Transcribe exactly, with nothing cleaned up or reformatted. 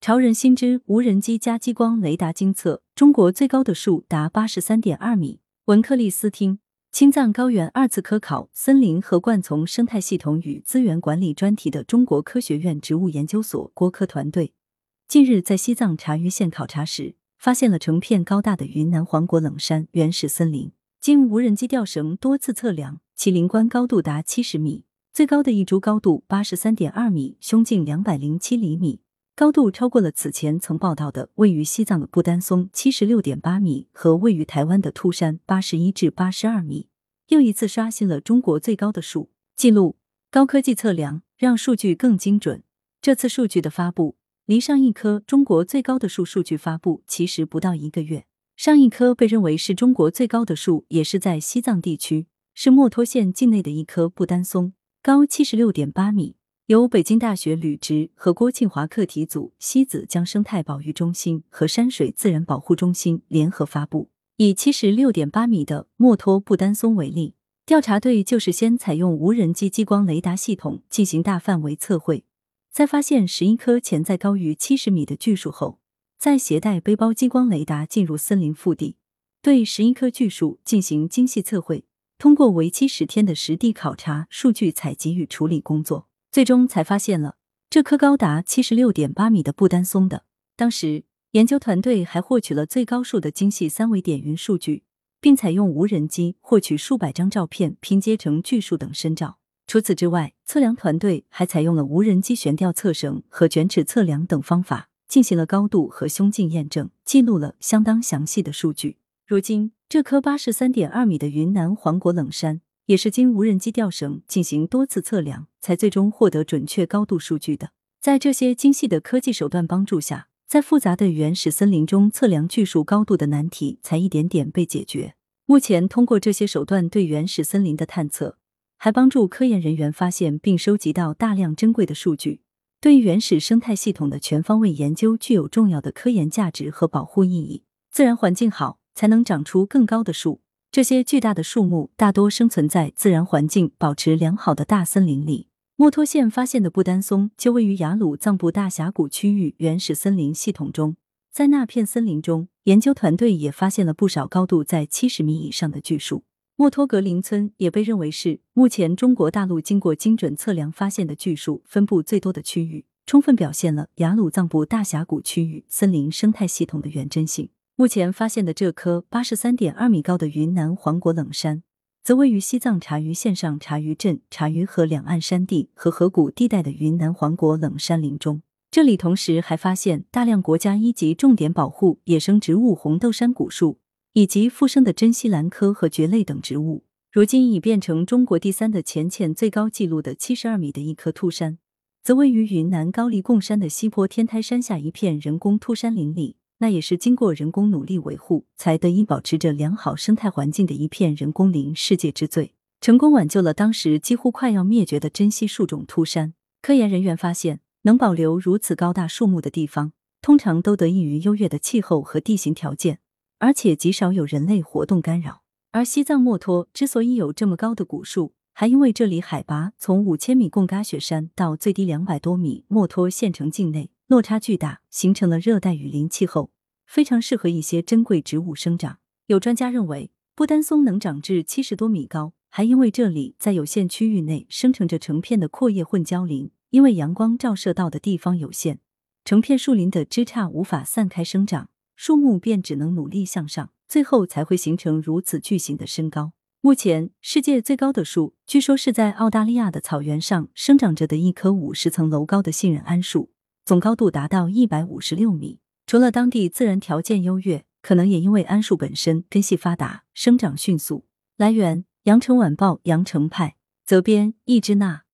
潮人新知，无人机加激光雷达精测，中国最高的树达 八十三点二米。文克利斯汀，青藏高原二次科考森林和灌丛生态系统与资源管理专题的中国科学院植物研究所国科团队，近日在西藏察隅县考察时，发现了成片高大的云南黄果冷杉原始森林。经无人机吊绳多次测量，其林冠高度达七十米，最高的一株高度 八十三点二米，胸径两百零七厘米。高度超过了此前曾报道的位于西藏的不丹松 七十六点八米和位于台湾的秃山八十一至八十二米，又一次刷新了中国最高的树记录。高科技测量让数据更精准。这次数据的发布离上一棵中国最高的树数据发布其实不到一个月。上一棵被认为是中国最高的树也是在西藏地区，是墨脱县境内的一棵不丹松，高 七十六点八米。由北京大学吕植和郭庆华课题组、西子江生态保育中心和山水自然保护中心联合发布。以 七十六点八米的墨脱不丹松为例，调查队就是先采用无人机激光雷达系统进行大范围测绘，在发现十一棵潜在高于七十米的巨树后，再携带背包激光雷达进入森林腹地，对十一棵巨树进行精细测绘，通过为期十天的实地考察、数据采集与处理工作，最终才发现了这棵高达 七十六点八米的不丹松的。当时研究团队还获取了最高树的精细三维点云数据，并采用无人机获取数百张照片拼接成巨树等深照。除此之外，测量团队还采用了无人机悬吊测绳和卷尺测量等方法，进行了高度和胸径验证，记录了相当详细的数据。如今，这棵 八十三点二米的云南黄果冷杉也是经无人机吊绳进行多次测量，才最终获得准确高度数据的。在这些精细的科技手段帮助下，在复杂的原始森林中测量巨树高度的难题才一点点被解决。目前通过这些手段对原始森林的探测，还帮助科研人员发现并收集到大量珍贵的数据，对原始生态系统的全方位研究具有重要的科研价值和保护意义。自然环境好，才能长出更高的树。这些巨大的树木大多生存在自然环境保持良好的大森林里。墨脱县发现的不丹松就位于雅鲁藏布大峡谷区域原始森林系统中，在那片森林中，研究团队也发现了不少高度在七十米以上的巨树。墨脱格林村也被认为是目前中国大陆经过精准测量发现的巨树分布最多的区域，充分表现了雅鲁藏布大峡谷区域森林生态系统的原真性。目前发现的这棵 八十三点二米高的云南黄果冷杉，则位于西藏察隅县上察隅镇察隅河两岸山地和河谷地带的云南黄果冷杉林中。这里同时还发现大量国家一级重点保护野生植物红豆杉古树，以及附生的珍稀兰科和蕨类等植物。如今已变成中国第三的前潜最高纪录的七十二米的一棵秃杉，则位于云南高黎贡山的西坡天台山下一片人工秃杉林里，那也是经过人工努力维护才得以保持着良好生态环境的一片人工林世界之最，成功挽救了当时几乎快要灭绝的珍稀树种秃杉。科研人员发现，能保留如此高大树木的地方，通常都得益于优越的气候和地形条件，而且极少有人类活动干扰。而西藏墨脱之所以有这么高的古树，还因为这里海拔从五千米贡嘎雪山到最低两百多米墨脱县城境内落差巨大，形成了热带雨林气候，非常适合一些珍贵植物生长。有专家认为，不丹松能长至七十多米高，还因为这里在有限区域内生成着成片的阔叶混交林，因为阳光照射到的地方有限，成片树林的枝杈无法散开生长，树木便只能努力向上，最后才会形成如此巨型的身高。目前世界最高的树据说是在澳大利亚的草原上生长着的一棵五十层楼高的杏仁桉树，总高度达到一百五十六米。除了当地自然条件优越，可能也因为桉树本身根系发达，生长迅速。来源：羊城晚报羊城派，责编：易之娜。